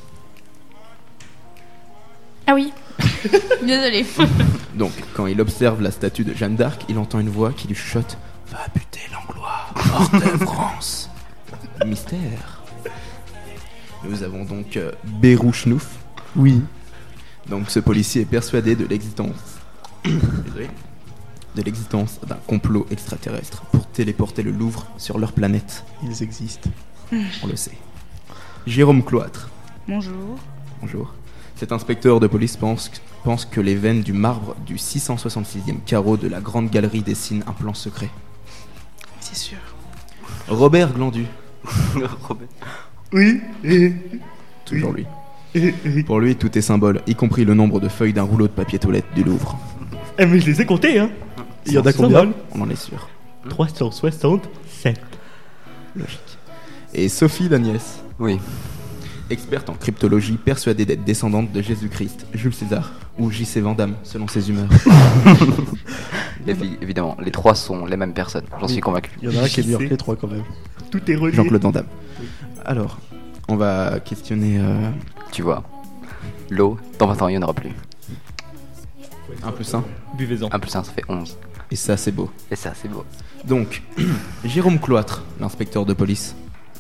Ah oui. Désolée.
Donc, quand il observe la statue de Jeanne d'Arc, il entend une voix qui lui chuchote: Va buter l'Anglois, hors de France. Mystère. Nous avons donc euh, Bérou Schnouf.
Oui.
Donc, ce policier est persuadé de l'existence. Désolé. De l'existence d'un complot extraterrestre pour téléporter le Louvre sur leur planète.
Ils existent.
On le sait. Jérôme Cloître.
Bonjour.
Bonjour. Cet inspecteur de police pense, pense que les veines du marbre du six cent soixante-sixième carreau de la Grande Galerie dessinent un plan secret.
C'est sûr.
Robert Glandu.
Robert.
Oui. Et...
Toujours lui. Pour lui, tout est symbole, y compris le nombre de feuilles d'un rouleau de papier toilette du Louvre.
Eh, mais je les ai comptés, hein.
Il y en a combien?
On en est sûr.
trois cent soixante-sept.
Logique. Et Sophie Lagnès.
Oui.
Experte en cryptologie, persuadée d'être descendante de Jésus-Christ, Jules César ou J C Vandame, selon ses humeurs.
Évi- évidemment, les trois sont les mêmes personnes. J'en
Oui.
suis convaincu.
Il y en a un qui est
Je
meilleur
sais.
que les trois quand même.
Tout est relié.
Jean-Claude Van Damme. Alors, on va questionner euh,
Tu vois, l'eau, dans vingt ans, il n'y en aura plus.
un plus un,
Buvez-en.
un plus un, ça fait onze.
et ça c'est beau.
Et ça, c'est beau.
Donc, Jérôme Cloître, l'inspecteur de police.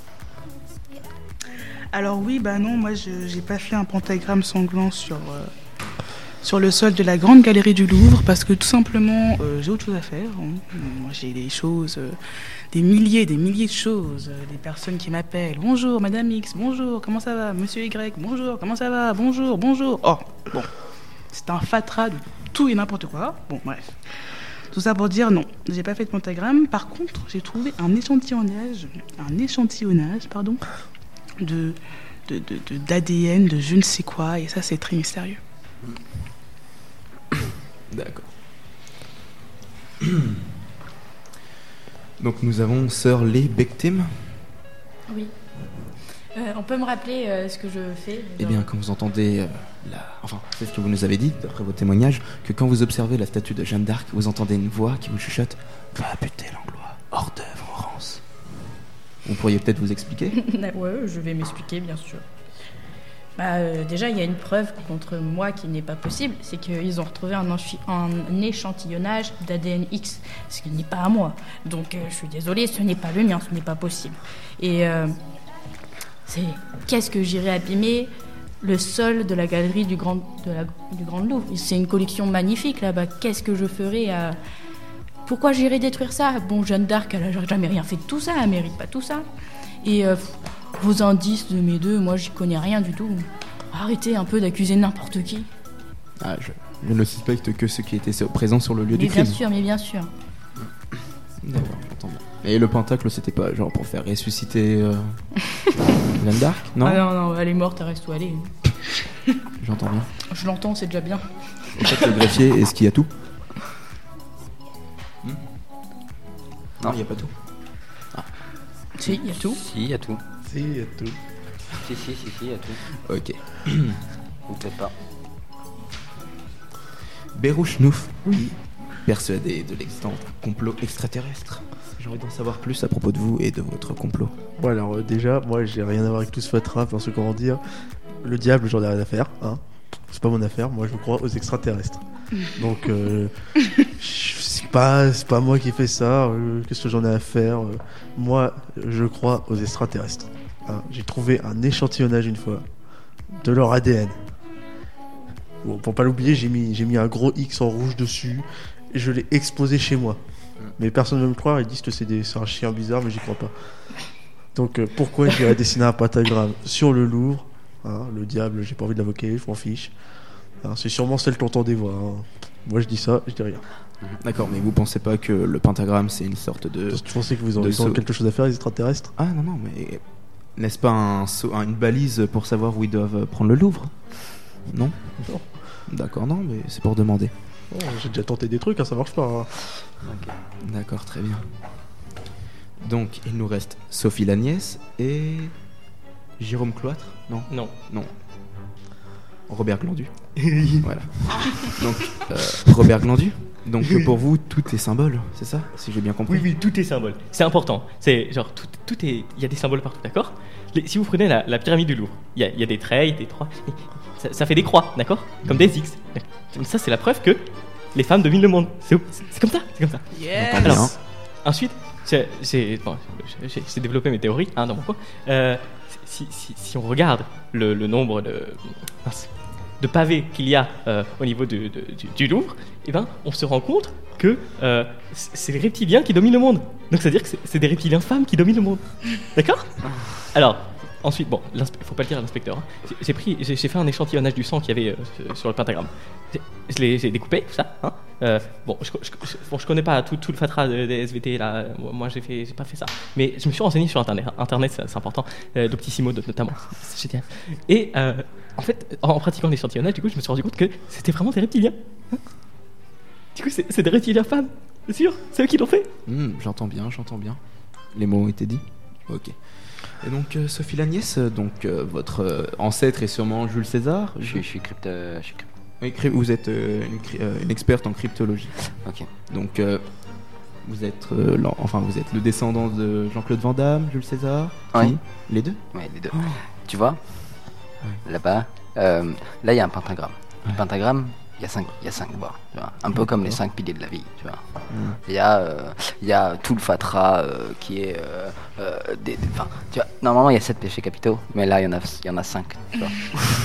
Alors oui, bah non, moi je j'ai pas fait un pentagramme sanglant sur, euh, sur le sol de la grande galerie du Louvre parce que tout simplement euh, j'ai autre chose à faire. hein. Moi j'ai des choses, euh, des milliers, des milliers de choses, euh, des personnes qui m'appellent. Bonjour Madame X, bonjour, comment ça va? Monsieur Y, bonjour, comment ça va? Bonjour, bonjour. Oh, bon, c'est un fatras de tout et n'importe quoi. Bon, bref. Tout ça pour dire non, j'ai pas fait de pentagramme. Par contre, j'ai trouvé un échantillonnage, un échantillonnage, pardon, de, de, de, de- d'A D N, de je ne sais quoi, et ça c'est très mystérieux.
D'accord. Donc nous avons Sœur Lé Bektim.
Oui. Euh, on peut me rappeler euh, ce que je fais
Eh bien, quand vous entendez, euh, la... enfin, c'est ce que vous nous avez dit, d'après vos témoignages, que quand vous observez la statue de Jeanne d'Arc, vous entendez une voix qui vous chuchote « Va buter l'Anglois, hors d'œuvre, Rance ». Vous pourriez peut-être vous expliquer ?
Ouais, je vais m'expliquer, bien sûr. Bah, euh, déjà, il y a une preuve contre moi qui n'est pas possible, c'est qu'ils ont retrouvé un, enchi- un échantillonnage d'A D N X, ce qui n'est pas à moi. Donc, euh, je suis désolée, ce n'est pas le mien, ce n'est pas possible. Et euh, c'est qu'est-ce que j'irai abîmer le sol de la galerie du Grand, de la, du Grand Louvre. C'est une collection magnifique là-bas. Qu'est-ce que je ferai à... Pourquoi j'irai détruire ça ? Bon, Jeanne d'Arc, elle n'a jamais rien fait de tout ça, elle mérite pas tout ça. Et euh, vos indices de mes deux, moi j'y connais rien du tout. Arrêtez un peu d'accuser n'importe qui.
Ah, je, je ne suspecte que ceux qui étaient présents sur le lieu
Mais
du
bien
crime.
sûr, mais bien sûr.
D'accord, j'entends bien. Et le pentacle, c'était pas genre pour faire ressusciter euh... Jeanne d'Arc, non,
Ah non, non, elle est morte, elle reste où elle est.
J'entends bien.
Je l'entends, c'est déjà bien.
En fait, le greffier, est-ce qu'il y a tout ? Hmm non, il n'y a pas tout.
Si, il y a tout.
Si, il y a tout.
Si, il y a tout.
Si, si, si, si, il y a tout.
Ok.
Ou peut-être pas.
Berouchnouf, oui. Persuadé de l'existence d'un complot extraterrestre. J'ai envie d'en savoir plus à propos de vous et de votre complot.
Bon, alors euh, déjà, moi j'ai rien à voir avec tout ce fatras, parce que comment dire, le diable, j'en ai rien à faire, hein. C'est pas mon affaire, moi je crois aux extraterrestres. Donc, euh, je- c'est pas, c'est pas moi qui fais ça, euh, qu'est-ce que j'en ai à faire euh, moi, je crois aux extraterrestres. Hein. J'ai trouvé un échantillonnage une fois de leur A D N. Bon, pour pas l'oublier, j'ai mis, j'ai mis un gros X en rouge dessus et je l'ai exposé chez moi. Mais personne ne veut me croire, ils disent que c'est, des, c'est un chien bizarre, mais j'y crois pas. Donc euh, pourquoi j'irais dessiner un pentagramme sur le Louvre, hein, le diable, j'ai pas envie de l'invoquer, je m'en fiche. Hein, c'est sûrement celle que t'entends des voix. Hein. Moi je dis ça, je dis rien.
D'accord, mais vous pensez pas que le pentagramme c'est une sorte de.
Tu pensais que vous auriez
de saut.
quelque chose à faire, les extraterrestres?
Ah non, non, mais. N'est-ce pas un saut- un- une balise pour savoir où ils doivent prendre le Louvre ? Non ?
Non.
D'accord, non, mais c'est pour demander.
Oh, j'ai déjà tenté des trucs, hein, ça marche pas. Hein.
D'accord, très bien. Donc, il nous reste Sophie la nièce et. Jérôme Cloître ? Non,
Non.
non. Robert Glandu. Voilà. Donc, euh, Robert Glandu. Donc, pour vous, tout est symbole, c'est ça ? Si j'ai bien compris.
Oui, oui, tout est symbole. C'est important. C'est genre, tout, tout est. Il y a des symboles partout, d'accord ? Les- Si vous prenez la, la pyramide du Louvre, il y a, il y a des traits, il y a des trois. Ça, ça fait des croix, d'accord ? Comme des X. Ça, c'est la preuve que les femmes dominent le monde. C'est, c'est comme ça, c'est comme ça.
Yes.
Entends bien.
Alors, ensuite, j'ai, j'ai, bon, j'ai, j'ai développé mes théories hein, dans mon coin. Euh, si, si, si on regarde le, le nombre de, mince, de pavés qu'il y a euh, au niveau de- de- du, du Louvre, eh ben, on se rend compte que euh, c'est c'est les reptiliens qui dominent le monde. Donc, c'est-à-dire que c'est, c'est des reptiliens femmes qui dominent le monde. D'accord ? Alors, ensuite, bon, il faut pas le dire à l'inspecteur. Hein. J'ai, j'ai pris, j'ai, j'ai fait un échantillonnage du sang qu'il y avait euh, sur le pentagramme. J'ai- Je l'ai, j'ai découpé, tout ça. Hein. Euh, bon, je, je, je, bon, je connais pas tout, tout le fatras de- des S V T là. Moi, moi, j'ai fait, j'ai pas fait ça. Mais je me suis renseigné sur Internet. Internet, c'est, c'est important. Euh, Doctissimo notamment, c'est génial. Et euh, en fait, en, en pratiquant l'échantillonnage, du coup, je me suis rendu compte que c'était vraiment des reptiliens. Hein. Du coup, c'est, c'est des reptiliens femmes. C'est sûr, c'est eux qui l'ont fait.
Hmm, j'entends bien, j'entends bien. Les mots ont été dits. Ok. Et donc, euh, Sophie la nièce, euh, donc euh, votre euh, ancêtre est sûrement Jules César.
Je suis, je suis crypte. Je suis crypte.
Oui, cry- vous êtes euh, une, cry- euh, une experte en cryptologie.
Ok.
Donc, euh, vous êtes, euh, l'en- enfin, vous êtes le descendant de Jean-Claude Van Damme, Jules César.
Oui.
Qui Les deux.
Ouais, les deux. Tu vois, là-bas, euh, là il y a un pentagramme. Le pentagramme, il y a cinq, il y a cinq bords. Tu vois, un peu comme les cinq piliers de la vie. Tu vois.
Mm.
Il y a, euh, il y a tout le fatras euh, qui est, euh, euh, des, des- enfin, tu vois, normalement il y a sept péchés capitaux, mais là il y en a, il y en a cinq. Tu vois.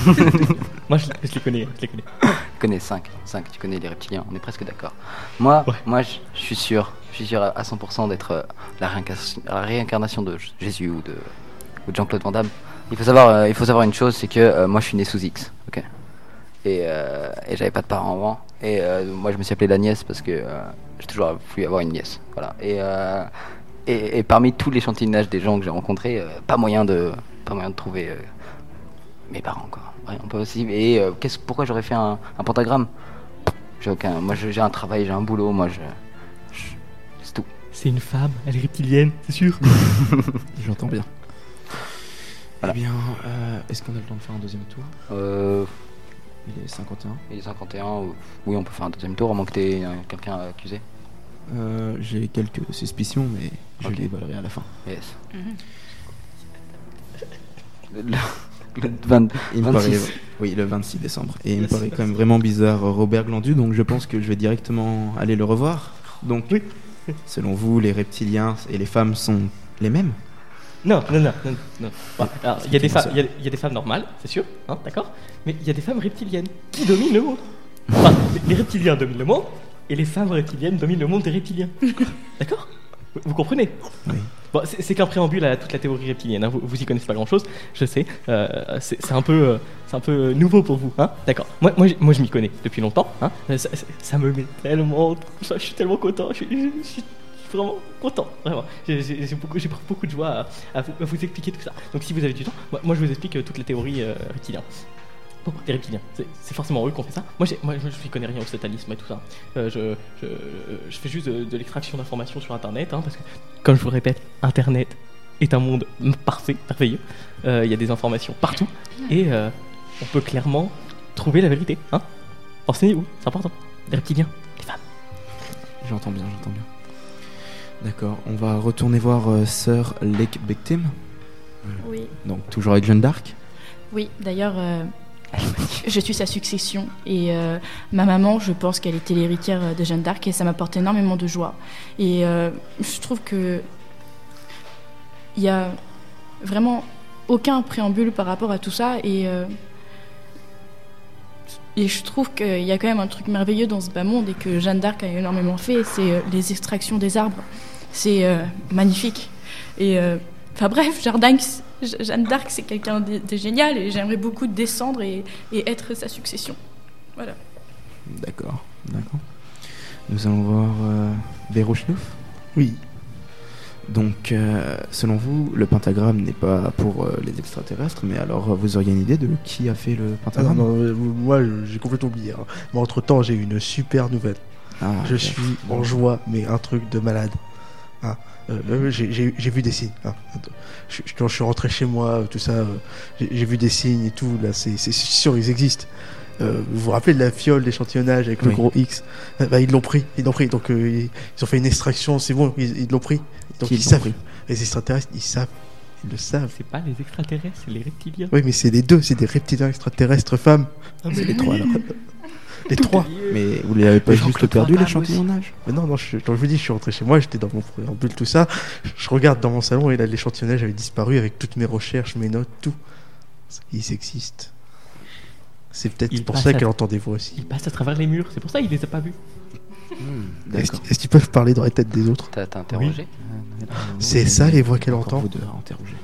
Moi, je, je les connais, je les connais.
Tu connais cinq, cinq. Tu connais les reptiliens. On est presque d'accord. Moi,
Ouais.
moi, je je suis sûr, je suis sûr à à cent pour cent d'être euh, la, réincarnation, la réincarnation de J- Jésus ou de, ou de Jean-Claude Van Damme. Il faut savoir, euh, il faut savoir une chose, c'est que euh, moi je suis né sous X, ok. Et, euh, et j'avais pas de parents avant. Et euh, moi je me suis appelé la nièce parce que euh, j'ai toujours voulu avoir une nièce. Voilà. Et, euh, et, et parmi tous l'échantillonnage des gens que j'ai rencontrés, euh, pas moyen de, pas moyen de trouver euh, mes parents, quoi. Vraiment pas possible. Et euh, qu'est-ce, pourquoi j'aurais fait un, un pentagramme? J'ai aucun, moi j'ai un travail, j'ai un boulot, moi je, je c'est tout.
C'est une femme, elle est reptilienne, c'est sûr.
J'entends bien.
Voilà.
Eh bien, euh, est-ce qu'on a le temps de faire un deuxième tour?
Euh,
Il est cinquante et un.
il est cinquante et un, ou- oui on peut faire un deuxième tour, à moins que t'aies euh, quelqu'un à accuser.
Euh, J'ai quelques suspicions, mais je
Ok.
les dévoilerai à la fin.
Yes. Le, le vingt,
Il me
vingt-six.
paraît, oui, le vingt-six décembre. Et il me paraît quand même vraiment bizarre euh, Robert Glandu, donc je pense que je vais directement aller le revoir. Donc,
Oui.
selon vous, les reptiliens et les femmes sont les mêmes?
Non, non, non, non, non. Bon, alors, il y a des
Expliquez-moi
femmes, il y a- il y a des femmes normales, c'est sûr, hein, d'accord. Mais il y a des femmes reptiliennes qui dominent le monde. Enfin, les reptiliens dominent le monde et les femmes reptiliennes dominent le monde des reptiliens. D'accord? Vous- Vous comprenez?
Oui.
Bon, c'est c'est qu'un préambule à toute la théorie reptilienne. Hein. Vous, vous y connaissez pas grand-chose, je sais. Euh, c'est c'est un peu, euh, c'est un peu nouveau pour vous, hein. D'accord. Moi, moi, je- moi, je m'y connais depuis longtemps. Hein. Ça, ça- ça me met tellement, je suis tellement content. Je suis, je- je suis vraiment content, vraiment. J'ai j'ai- j'ai beaucoup, j'ai beaucoup de joie à, à vous, à vous expliquer tout ça. Donc, si vous avez du temps, moi, moi, je vous explique euh, toute la théorie euh, reptilienne. Bon, les reptiliens, c'est c'est forcément eux qui ont fait ça. Moi, j'ai- moi, je ne connais rien au satanisme et tout ça. Euh, je, je, je fais juste de, de l'extraction d'informations sur Internet, hein, parce que, comme je vous le répète, Internet est un monde parfait, merveilleux. Euh, Il y a des informations partout, et euh, on peut clairement trouver la vérité. Hein. Renseignez-vous, c'est important. Les reptiliens, les femmes.
J'entends bien, j'entends bien. D'accord, on va retourner voir euh, Sir Lake Bectim.
Oui.
Donc, toujours avec Jeanne d'Arc.
Oui, d'ailleurs, euh, je suis sa succession et euh, ma maman, je pense qu'elle était l'héritière de Jeanne d'Arc et ça m'apporte énormément de joie. Et euh, je trouve que il y a vraiment aucun préambule par rapport à tout ça et euh, et je trouve qu'il y a quand même un truc merveilleux dans ce bas monde et que Jeanne d'Arc a énormément fait, c'est euh, les extractions des arbres. C'est euh, magnifique. Et euh, enfin bref, Jardin, Jeanne d'Arc, c'est quelqu'un de, de génial et j'aimerais beaucoup descendre et, et être sa succession. Voilà.
D'accord, d'accord. Nous allons voir euh, Vérouchnouf.
Oui.
Donc, euh, selon vous, le pentagramme n'est pas pour euh, les extraterrestres, mais alors euh, vous auriez une idée de qui a fait le
Ah non,
pentagramme?
non, euh, moi je- j'ai complètement oublié. Hein. Mais entre temps, j'ai une super nouvelle.
Ah,
Je
ok.
suis
Bon.
en joie, mais un truc de malade. Hein. Euh, euh, j'ai- J'ai j'ai vu des signes. Hein. Je, je- quand je suis rentré chez moi, euh, tout ça, euh, j'ai j'ai vu des signes et tout. Là, c'est c'est sûr, ils existent. Euh, vous vous rappelez de la fiole d'échantillonnage avec le
Oui.
gros X? Euh, bah, ils l'ont pris, ils l'ont pris. Donc euh, ils, ils ont fait une extraction, c'est bon, ils ils l'ont pris. Donc
Qui
ils
l'ont
savent.
pris
Les extraterrestres, ils savent, ils le savent.
C'est pas les extraterrestres, c'est les reptiliens.
Oui, mais c'est les deux, c'est des reptiliens extraterrestres femmes.
C'est les trois alors.
Les trois.
Mais vous l'avez pas
Mais
juste
Jean-Claude
perdu
Van Damme
l'échantillonnage?
Mais non, non, je, quand je vous dis, je suis rentré chez moi, j'étais dans mon préambule, tout ça. Je regarde dans mon salon et là, l'échantillonnage avait disparu avec toutes mes recherches, mes notes, tout. Ils existent. C'est peut-être
Ils
pour
passent
ça
à-
qu'elle entend des voix aussi.
Ils passent à travers les murs, c'est pour ça qu'ils les a pas vus.
Est-ce
D'accord.
est-ce qu'ils peuvent parler dans la tête des autres?
T'as t'as interrogé?
C'est ça les voix qu'elle
Encore
entend?
vous deux à interroger.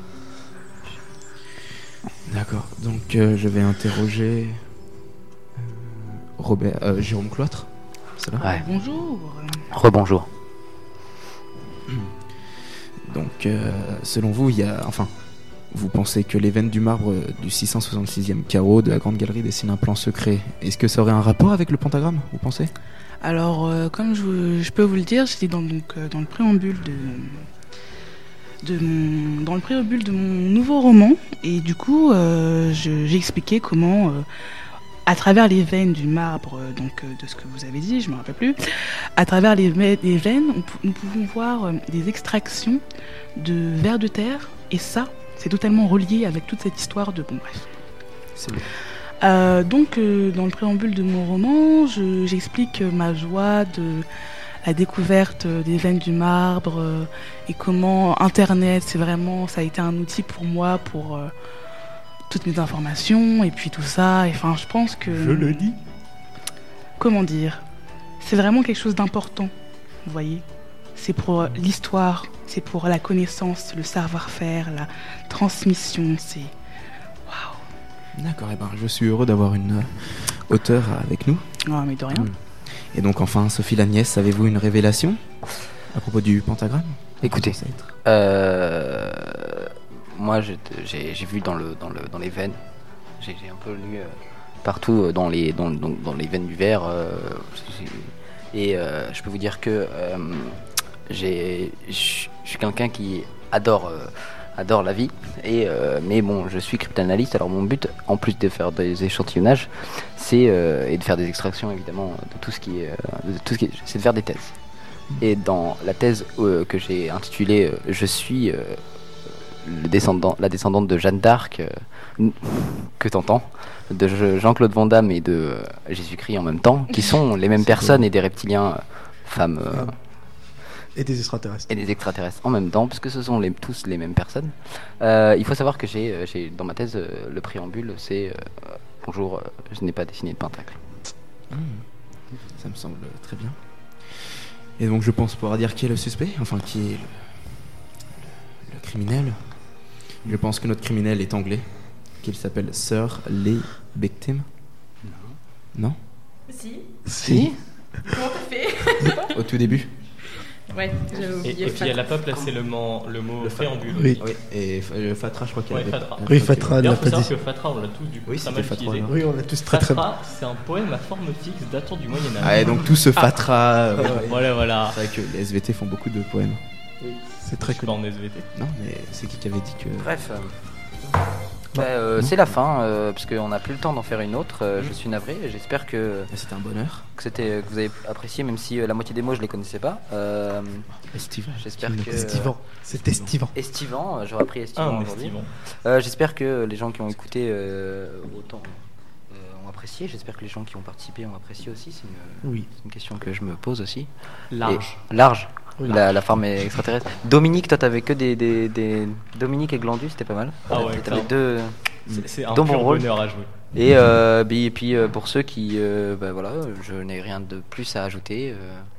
D'accord, donc euh, je vais interroger euh, Robert, euh, Jérôme Cloître. C'est là?
Ouais.
Bonjour.
Rebonjour.
Donc, euh, selon vous, il y a. Enfin, vous pensez que les veines du marbre euh, du six cent soixante-sixième carreau de la Grande Galerie dessinent un plan secret. Est-ce que ça aurait un rapport avec le pentagramme, vous pensez?
Alors, euh, comme je, vous- je peux vous le dire, j'étais dans, donc, euh, dans le préambule de, de mon, dans le préambule de mon nouveau roman, et du coup, euh, je- j'ai expliqué comment, euh, à travers les veines du marbre, euh, donc euh, de ce que vous avez dit, je me rappelle plus, à travers les, ve- les veines, on pou- nous pouvons voir euh, des extractions de vers de terre, et ça, c'est totalement relié avec toute cette histoire de bon bref.
C'est bon.
Euh, donc, euh, dans le préambule de mon roman, je- j'explique euh, ma joie de la découverte euh, des veines du marbre euh, et comment Internet, c'est vraiment, ça a été un outil pour moi pour euh, toutes mes informations et puis tout ça. Et, enfin, je pense que.
Je le dis.
Comment dire? C'est vraiment quelque chose d'important, vous voyez. C'est pour euh, l'histoire, c'est pour la connaissance, le savoir-faire, la transmission. C'est
D'accord, et ben, je suis heureux d'avoir une euh, auteure avec nous.
ah mais de rien.
Mm. Et donc enfin, Sophie Lagnès, avez-vous une révélation à propos du pentagramme?
Écoutez, euh, moi j'ai, j'ai, j'ai vu dans, le, dans, le, dans les veines, j'ai, j'ai un peu lu euh, partout dans les, dans, dans, dans les veines du verre, euh, et euh, je peux vous dire que euh, j'ai, je suis quelqu'un qui adore, euh, adore la vie, et, euh, mais bon, je suis cryptanalyste, alors mon but, en plus de faire des échantillonnages, c'est, euh, et de faire des extractions évidemment de tout ce qui est, de tout ce qui est, c'est de faire des thèses. Et dans la thèse euh, que j'ai intitulée euh, Je suis euh, le descendant, la descendante de Jeanne d'Arc, euh, que t'entends, de Jean-Claude Van Damme et de euh, Jésus-Christ en même temps, qui sont les mêmes personnes et des reptiliens, euh, femmes euh,
et des extraterrestres.
Et des extraterrestres en même temps, puisque ce sont les, tous les mêmes personnes. Euh, il faut savoir que j'ai, euh, j'ai dans ma thèse, euh, le préambule, c'est euh, bonjour, euh, je n'ai pas dessiné de pentacle.
Mmh. Ça me semble très bien. Et donc je pense pouvoir dire qui est le suspect, enfin qui est le, le, le criminel. Je pense que notre criminel est anglais, qu'il s'appelle Sir Lee Beckham. Non. Non?
Si.
Si.
Comment t'as fait?
Au tout début.
Ouais, j'ai oublié.
Et, et puis elle n'a pas placé le, man, le mot préambule.
Oui.
Oui. Et euh, Fatra, je crois qu'il
ouais,
avait.
Fatra.
Oui, Fatra n'a
D'ailleurs,
pas
faut
dit.
savoir que Fatra, on l'a tous du coup
Oui,
pas
c'était
mal
Fatra.
utilisé.
Oui, on l'a tous très très bien.
Fatra, c'est un poème à forme fixe datant du Moyen-Âge.
Ah, et donc tout ce Fatra. euh, ouais.
Voilà, voilà.
C'est vrai que les S V T font beaucoup de poèmes.
C'est très
Je suis pas
connu.
en S V T.
Non, mais c'est qui qui avait dit que.
Bref, euh, bah, euh, c'est la fin, euh, parce qu'on n'a plus le temps d'en faire une autre. Euh, je suis navré, j'espère que,
Ah, c'était un bonheur.
que, c'était, que vous avez apprécié, même si euh, la moitié des mots je les connaissais pas. Euh,
Estivant.
j'espère que.
Estivant. C'est estivant.
Estivant, euh, j'aurais appris estivant
Un
aujourd'hui.
estivant.
Euh, j'espère que les gens qui ont écouté euh, autant euh, ont apprécié. J'espère que les gens qui ont participé ont apprécié aussi. C'est une,
Oui.
c'est une question que je me pose aussi.
Large.
Et- large.
Oui.
La, la forme est extraterrestre. Dominique, toi t'avais que des, des, des... Dominique et Glandus, c'était pas mal.
Ah ouais,
T'avais
clairement.
deux.
C'est, c'est un
Dans mon
pur
rôle.
bonheur à jouer.
Et, euh, bi- et puis euh, pour ceux qui, euh, bah, voilà, je n'ai rien de plus à ajouter. euh,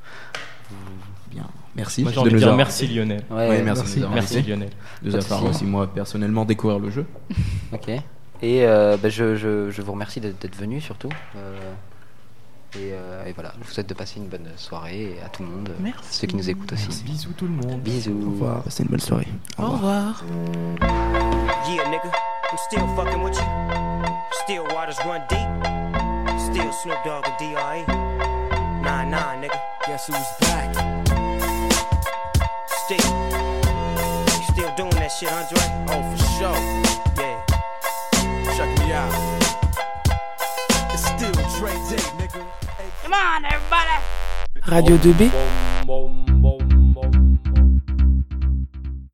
Bien. Merci.
Moi j'ai
de
envie de
nous
dire
avoir-
merci Lionel.
Ouais,
Ouais, merci.
merci.
de nous avoir
Merci
invité.
Lionel.
De nous
Pas de
avoir
soucis.
aussi moi personnellement découvert le jeu.
Ok. Et euh, bah, je, je, je vous remercie d'être, d'être venu surtout. Euh, et, euh, et voilà, je vous souhaite de passer une bonne soirée et à tout le monde,
Merci.
ceux qui nous écoutent aussi.
Bisous tout le monde.
Bisous.
Au revoir.
Passez une bonne soirée. Au
Au
revoir.
revoir.
Yeah, nigga, I'm still fucking with you. Still waters run deep. Still Snoop Dogg and D R E. Nah, nah, nigga. Guess who's back? Still. You still doing that shit, Andre? Oh, for sure. Yeah. Check me out. It's still Dre Day, nigga.
Come on, everybody.
Radio deux B.
Bon, bon,